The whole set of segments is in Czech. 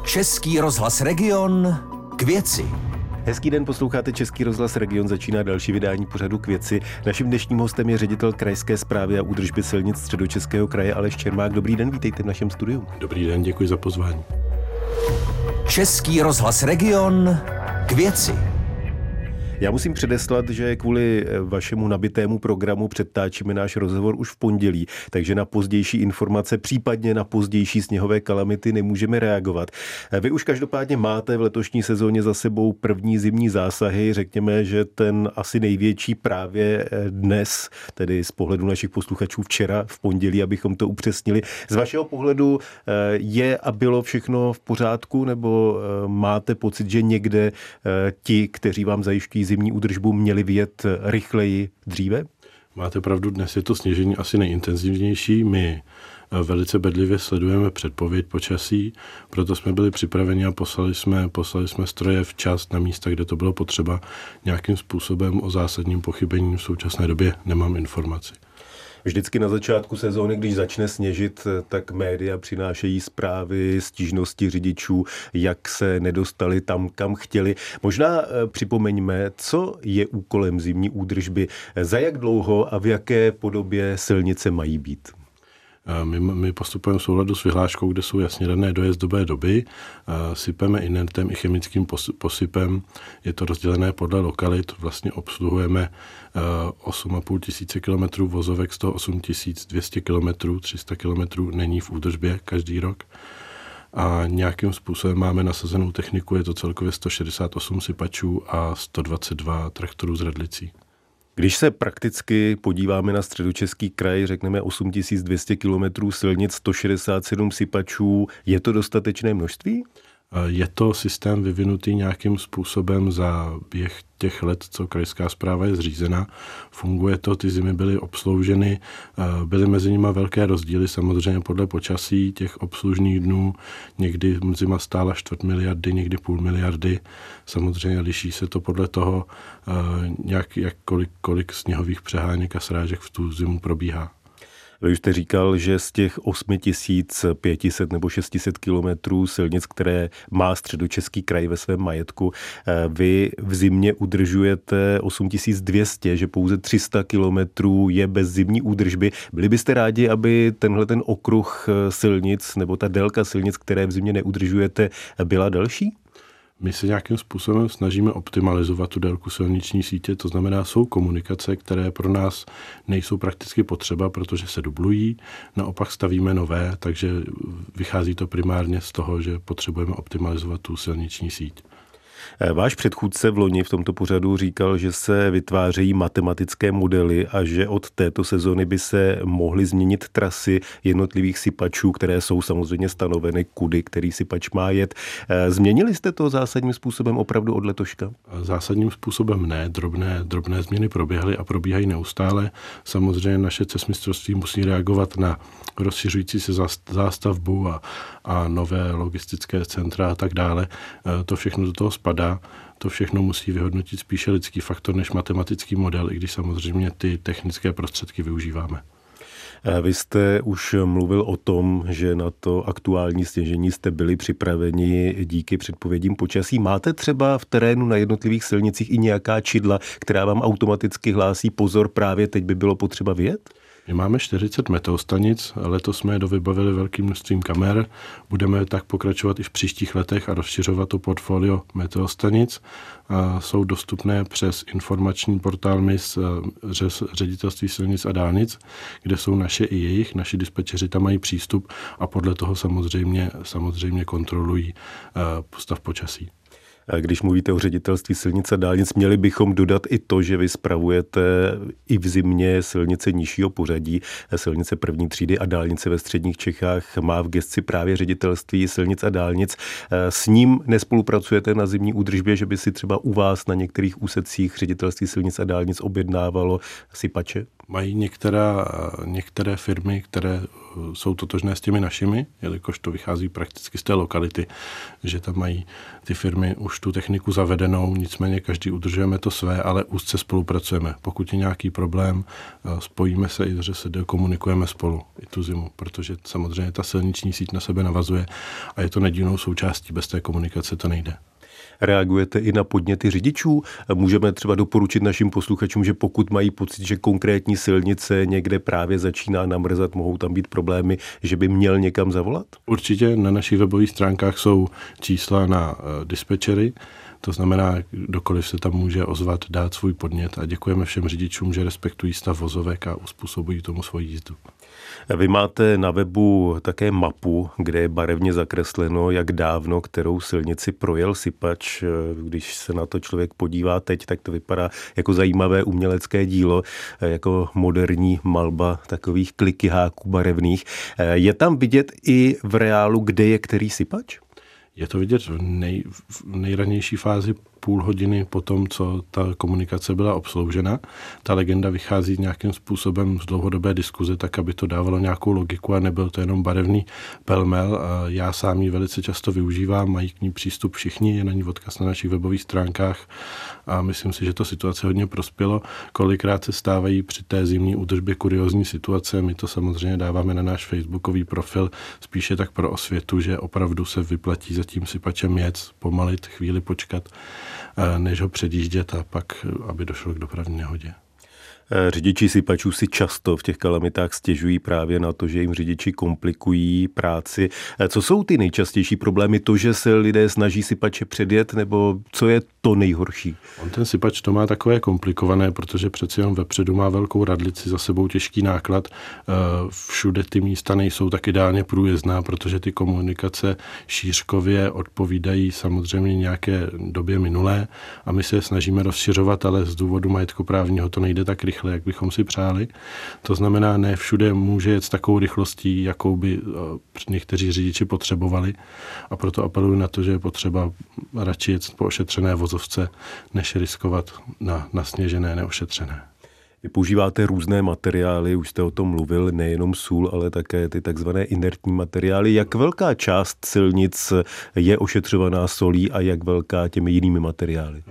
Český rozhlas Region k věci. Hezký den, posloucháte Český rozhlas Region, začíná další vydání pořadu K věci. Naším dnešním hostem je ředitel Krajské správy a údržby silnic Středočeského kraje Aleš Čermák. Dobrý den, vítejte v našem studiu. Dobrý den, děkuji za pozvání. Český rozhlas Region k věci. Já musím předeslat, že kvůli vašemu nabitému programu předtáčíme náš rozhovor už v pondělí, takže na pozdější informace, případně na pozdější sněhové kalamity nemůžeme reagovat. Vy už každopádně máte v letošní sezóně za sebou první zimní zásahy, řekněme, že ten asi největší právě dnes, tedy z pohledu našich posluchačů včera v pondělí, abychom to upřesnili. Z vašeho pohledu je a bylo všechno v pořádku, nebo máte pocit, že někde ti, kteří vám zajišťují zimní údržbu, měli vyjet rychleji dříve? Máte pravdu, dnes je to sněžení asi nejintenzivnější. My velice bedlivě sledujeme předpověď počasí, proto jsme byli připraveni a poslali jsme stroje včas na místa, kde to bylo potřeba. Nějakým způsobem o zásadním pochybení v současné době nemám informaci. Vždycky na začátku sezóny, když začne sněžit, tak média přinášejí zprávy, stížnosti řidičů, jak se nedostali tam, kam chtěli. Možná připomeňme, co je úkolem zimní údržby, za jak dlouho a v jaké podobě silnice mají být. My postupujeme v souladu s vyhláškou, kde jsou jasně dané dojezdové doby. Sypeme inertem i chemickým posypem. Je to rozdělené podle lokalit. Vlastně obsluhujeme 8,5 tisíce kilometrů vozovek, z toho 8 200 kilometrů, 300 kilometrů není v údržbě každý rok. A nějakým způsobem máme nasazenou techniku. Je to celkově 168 sypačů a 122 traktorů s radlicí. Když se prakticky podíváme na Středočeský kraj, řekneme 8200 kilometrů silnic, 167 sypačů, je to dostatečné množství? Je to systém vyvinutý nějakým způsobem za běh těch let, co krajská správa je zřízena. Funguje to, ty zimy byly obslouženy, byly mezi nimi velké rozdíly, samozřejmě podle počasí těch obslužných dnů. Někdy zima stála 250 miliardy, někdy 500 miliardy. Samozřejmě liší se to podle toho, kolik sněhových přeháněk a srážek v tu zimu probíhá. Vy už jste říkal, že z těch 8500 nebo 600 kilometrů silnic, které má Středočeský kraj ve svém majetku, vy v zimě udržujete 8200, že pouze 300 kilometrů je bez zimní údržby. Byli byste rádi, aby tenhle ten okruh silnic nebo ta délka silnic, které v zimě neudržujete, byla delší? My se nějakým způsobem snažíme optimalizovat tu délku silniční sítě, to znamená, jsou komunikace, které pro nás nejsou prakticky potřeba, protože se dublují, naopak stavíme nové, takže vychází to primárně z toho, že potřebujeme optimalizovat tu silniční síť. Váš předchůdce v loni v tomto pořadu říkal, že se vytvářejí matematické modely a že od této sezony by se mohly změnit trasy jednotlivých sypačů, které jsou samozřejmě stanoveny, kudy který sypač má jet. Změnili jste to zásadním způsobem opravdu od letoška? Zásadním způsobem ne, drobné změny proběhly a probíhají neustále. Samozřejmě naše cestmistrovství musí reagovat na rozšiřující se zástavbu a nové logistické centra a tak dále. To všechno do toho spadá. To všechno musí vyhodnotit spíše lidský faktor než matematický model, i když samozřejmě ty technické prostředky využíváme. Vy jste už mluvil o tom, že na to aktuální sněžení jste byli připraveni díky předpovědím počasí. Máte třeba v terénu na jednotlivých silnicích i nějaká čidla, která vám automaticky hlásí pozor, právě teď by bylo potřeba vyjet? My máme 40 meteostanic, letos jsme je dovybavili velkým množstvím kamer, budeme tak pokračovat i v příštích letech a rozšiřovat to portfolio meteostanic. Jsou dostupné přes informační portál MIS Ředitelství silnic a dálnic, kde jsou naše i jejich, naši dispečeři tam mají přístup a podle toho samozřejmě kontrolují stav počasí. Když mluvíte o ředitelství silnic a dálnic, měli bychom dodat i to, že vy spravujete i v zimě silnice nižšího pořadí, silnice první třídy a dálnice ve středních Čechách má v gesci právě ředitelství silnic a dálnic. S ním nespolupracujete na zimní údržbě, že by si třeba u vás na některých úsecích ředitelství silnic a dálnic objednávalo sypače? Mají některé firmy, které jsou totožné s těmi našimi, jelikož to vychází prakticky z té lokality, že tam mají ty firmy už tu techniku zavedenou, nicméně každý udržujeme to své, ale úzce spolupracujeme. Pokud je nějaký problém, spojíme se i, že se komunikujeme spolu i tu zimu, protože samozřejmě ta silniční síť na sebe navazuje a je to nedílnou součástí, bez té komunikace to nejde. Reagujete i na podněty řidičů? Můžeme třeba doporučit našim posluchačům, že pokud mají pocit, že konkrétní silnice někde právě začíná namrzat, mohou tam být problémy, že by měl někam zavolat? Určitě na našich webových stránkách jsou čísla na dispečery, to znamená, kdokoliv se tam může ozvat, dát svůj podnět a děkujeme všem řidičům, že respektují stav vozovek a uspůsobují tomu svoji jízdu. Vy máte na webu také mapu, kde je barevně zakresleno, jak dávno kterou silnici projel sypač. Když se na to člověk podívá teď, tak to vypadá jako zajímavé umělecké dílo, jako moderní malba takových klikyháků barevných. Je tam vidět i v reálu, kde je který sypač? Je to vidět v nejranější fázi půl hodiny po tom, co ta komunikace byla obsloužena. Ta legenda vychází nějakým způsobem z dlouhodobé diskuze, tak aby to dávalo nějakou logiku a nebyl to jenom barevný pelmel. Já sám ji velice často využívám, mají k ní přístup všichni, je na ní odkaz na našich webových stránkách a myslím si, že to situace hodně prospělo. Kolikrát se stávají při té zimní údržbě kuriózní situace, my to samozřejmě dáváme na náš facebookový profil, spíše tak pro osvětu, že opravdu se vyplatí za tím sypačem jet, pomalit, chvíli počkat, než ho předjíždět a pak, aby došlo k dopravní nehodě. Řidiči sypačů si často v těch kalamitách stěžují právě na to, že jim řidiči komplikují práci. Co jsou ty nejčastější problémy? To, že se lidé snaží sypače předjet, nebo co je to nejhorší? On ten sypač to má takové komplikované, protože přeci jen vepředu má velkou radlici, za sebou těžký náklad. Všude ty místa nejsou tak ideálně průjezdná, protože ty komunikace šířkově odpovídají samozřejmě nějaké době minulé a my se je snažíme rozšiřovat, ale z důvodu majetkoprávního to nejde tak rychle, jak bychom si přáli. To znamená, ne všude může jet s takovou rychlostí, jakou by někteří řidiči potřebovali a proto apeluji na to, že je potřeba radši jet po ošetřené vozovce, než riskovat na nasněžené, neošetřené. Vy používáte různé materiály, už jste o tom mluvil, nejenom sůl, ale také ty takzvané inertní materiály. Jak velká část silnic je ošetřovaná solí a jak velká těmi jinými materiály?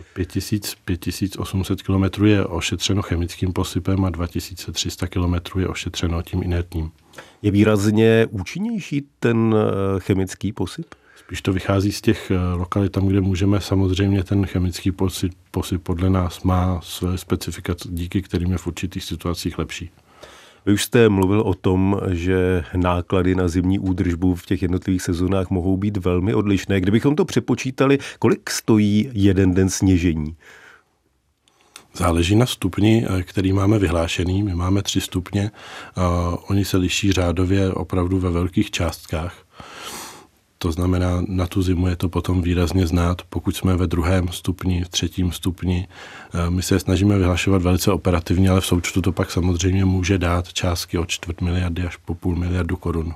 5800 km je ošetřeno chemickým posypem a 2300 km je ošetřeno tím inertním. Je výrazně účinnější ten chemický posyp? Spíš to vychází z těch lokalit tam, kde můžeme. Samozřejmě ten chemický posyp podle nás má své specifikace, díky kterým je v určitých situacích lepší. Vy už jste mluvil o tom, že náklady na zimní údržbu v těch jednotlivých sezónách mohou být velmi odlišné. Kdybychom to přepočítali, kolik stojí jeden den sněžení? Záleží na stupni, který máme vyhlášený. My máme 3 stupně. Oni se liší řádově opravdu ve velkých částkách. To znamená, na tu zimu je to potom výrazně znát, pokud jsme ve 2. stupni, v 3. stupni. My se snažíme vyhlašovat velice operativně, ale v součtu to pak samozřejmě může dát částky od 250 miliardy až po 500 miliardy korun.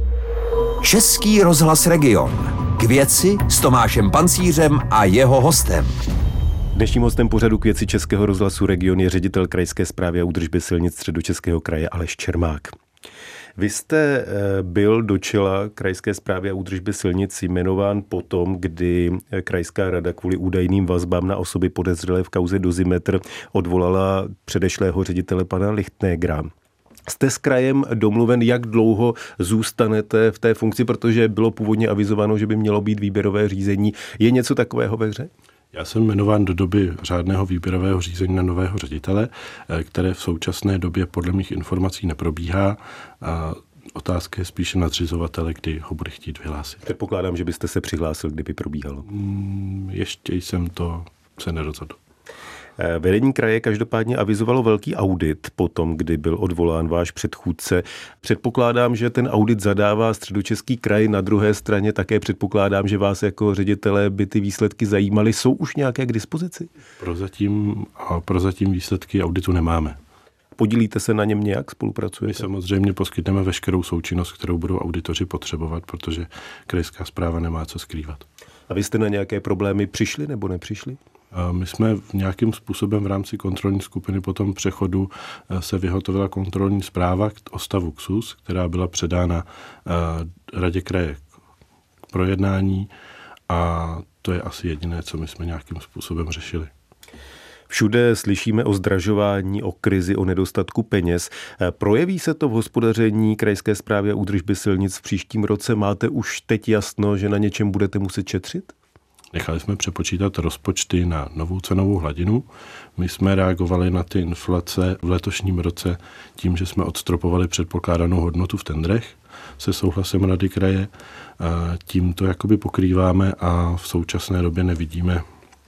Český rozhlas Region. K věci s Tomášem Pancířem a jeho hostem. Dnešním hostem pořadu K věci Českého rozhlasu Region je ředitel Krajské správy a údržby silnic Středočeského kraje Aleš Čermák. Vy jste byl do čela Krajské správy a údržby silnic jmenován potom, kdy Krajská rada kvůli údajným vazbám na osoby podezřelé v kauze Dozimetr odvolala předešlého ředitele pana Lichtnegera. Jste s krajem domluven, jak dlouho zůstanete v té funkci, protože bylo původně avizováno, že by mělo být výběrové řízení. Je něco takového ve hře? Já jsem jmenován do doby řádného výběrového řízení na nového ředitele, které v současné době podle mých informací neprobíhá. A otázka je spíše na zřizovatele, kdy ho bude chtít vyhlásit. Předpokládám, že byste se přihlásil, kdyby probíhalo. Ještě jsem to se nerozhodl. Vedení kraje každopádně avizovalo velký audit potom, kdy byl odvolán váš předchůdce. Předpokládám, že ten audit zadává Středočeský kraj, na druhé straně také předpokládám, že vás jako ředitele by ty výsledky zajímaly. Jsou už nějaké k dispozici? Prozatím výsledky auditu nemáme. Podílíte se na něm nějak, spolupracujete? My samozřejmě poskytneme veškerou součinnost, kterou budou auditoři potřebovat, protože krajská správa nemá co skrývat. A vy jste na nějaké problémy přišli nebo nepřišli? My jsme nějakým způsobem v rámci kontrolní skupiny po tom přechodu se vyhotovila kontrolní zpráva o stavu KSUS, která byla předána Radě kraje k projednání a to je asi jediné, co my jsme nějakým způsobem řešili. Všude slyšíme o zdražování, o krizi, o nedostatku peněz. Projeví se to v hospodaření Krajské správy a údržby silnic v příštím roce? Máte už teď jasno, že na něčem budete muset šetřit? Nechali jsme přepočítat rozpočty na novou cenovou hladinu. My jsme reagovali na ty inflace v letošním roce tím, že jsme odstropovali předpokládanou hodnotu v tendrech se souhlasem Rady kraje. Tím to jakoby pokrýváme a v současné době nevidíme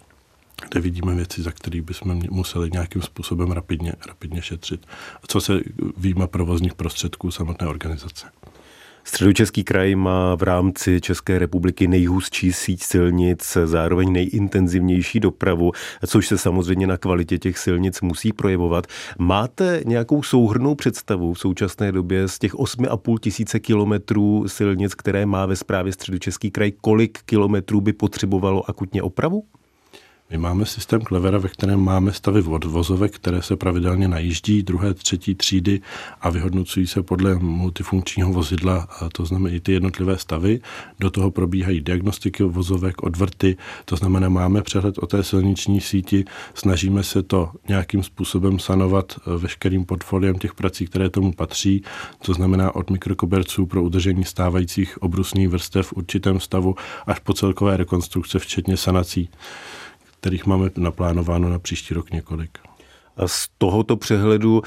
věci, za které bychom museli nějakým způsobem rapidně šetřit. Co se vyjma provozních prostředků samotné organizace. Středočeský kraj má v rámci České republiky nejhustší síť silnic, zároveň nejintenzivnější dopravu, což se samozřejmě na kvalitě těch silnic musí projevovat. Máte nějakou souhrnnou představu v současné době z těch 8,5 tisíce kilometrů silnic, které má ve správě Středočeský kraj, kolik kilometrů by potřebovalo akutně opravu? My máme systém Clevera, ve kterém máme stavy vozovek, které se pravidelně najíždí, 2., 3. třídy a vyhodnocují se podle multifunkčního vozidla, to znamená i ty jednotlivé stavy. Do toho probíhají diagnostiky vozovek, odvrty, to znamená máme přehled o té silniční síti, snažíme se to nějakým způsobem sanovat veškerým portfoliem těch prací, které tomu patří, to znamená od mikrokoberců pro udržení stávajících obrusných vrstev v určitém stavu až po celkové rekonstrukce, včetně sanací, kterých máme naplánováno na příští rok několik. A z tohoto přehledu,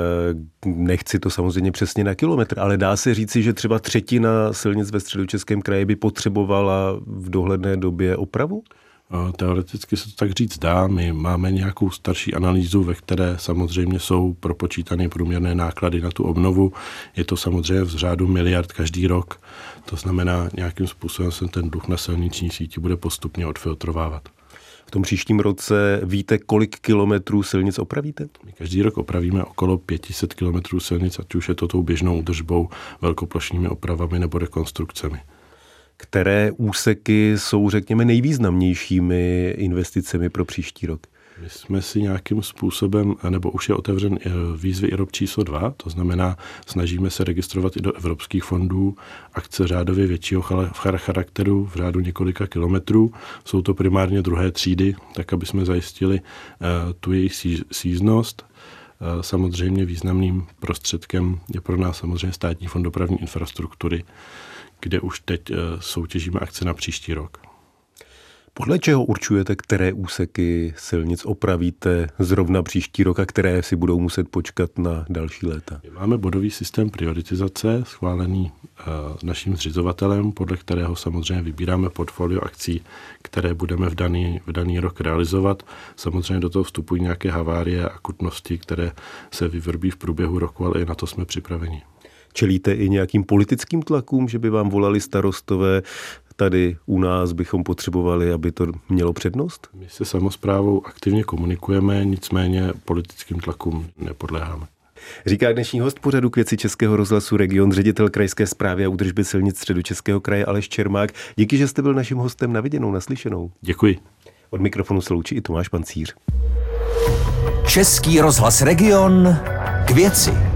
nechci to samozřejmě přesně na kilometr, ale dá se říci, že třeba 1/3 silnic ve Středočeském kraji by potřebovala v dohledné době opravu? Teoreticky se to tak říct dá. My máme nějakou starší analýzu, ve které samozřejmě jsou propočítané průměrné náklady na tu obnovu. Je to samozřejmě v řádu miliard každý rok. To znamená, nějakým způsobem se ten dluh na silniční síti bude postupně odfiltrovávat. V tom příštím roce víte, kolik kilometrů silnic opravíte? My každý rok opravíme okolo 500 kilometrů silnic, ať už je to tou běžnou údržbou, velkoplošnými opravami nebo rekonstrukcemi. Které úseky jsou, řekněme, nejvýznamnějšími investicemi pro příští rok? My jsme si nějakým způsobem, nebo už je otevřen výzvy IROP číslo 2, to znamená, snažíme se registrovat i do evropských fondů akce řádově většího charakteru v řádu několika kilometrů. Jsou to primárně 2. třídy, tak aby jsme zajistili tu jejich síznost. Samozřejmě významným prostředkem je pro nás samozřejmě Státní fond dopravní infrastruktury, kde už teď soutěžíme akce na příští rok. Podle čeho určujete, které úseky silnic opravíte zrovna příští rok a které si budou muset počkat na další léta? Máme bodový systém prioritizace, schválený naším zřizovatelem, podle kterého samozřejmě vybíráme portfolio akcí, které budeme v daný rok realizovat. Samozřejmě do toho vstupují nějaké havárie a akutnosti, které se vyvrbí v průběhu roku, ale i na to jsme připraveni. Čelíte i nějakým politickým tlakům, že by vám volali starostové, tady u nás bychom potřebovali, aby to mělo přednost? My se samosprávou aktivně komunikujeme, nicméně politickým tlakům nepodléháme. Říká dnešní host pořadu K věci Českého rozhlasu Region, ředitel Krajské správy a údržby silnic Středočeského kraje Aleš Čermák. Díky, že jste byl naším hostem, na viděnou, naslyšenou. Děkuji. Od mikrofonu se loučí i Tomáš Pancíř. Český rozhlas Region, K věci.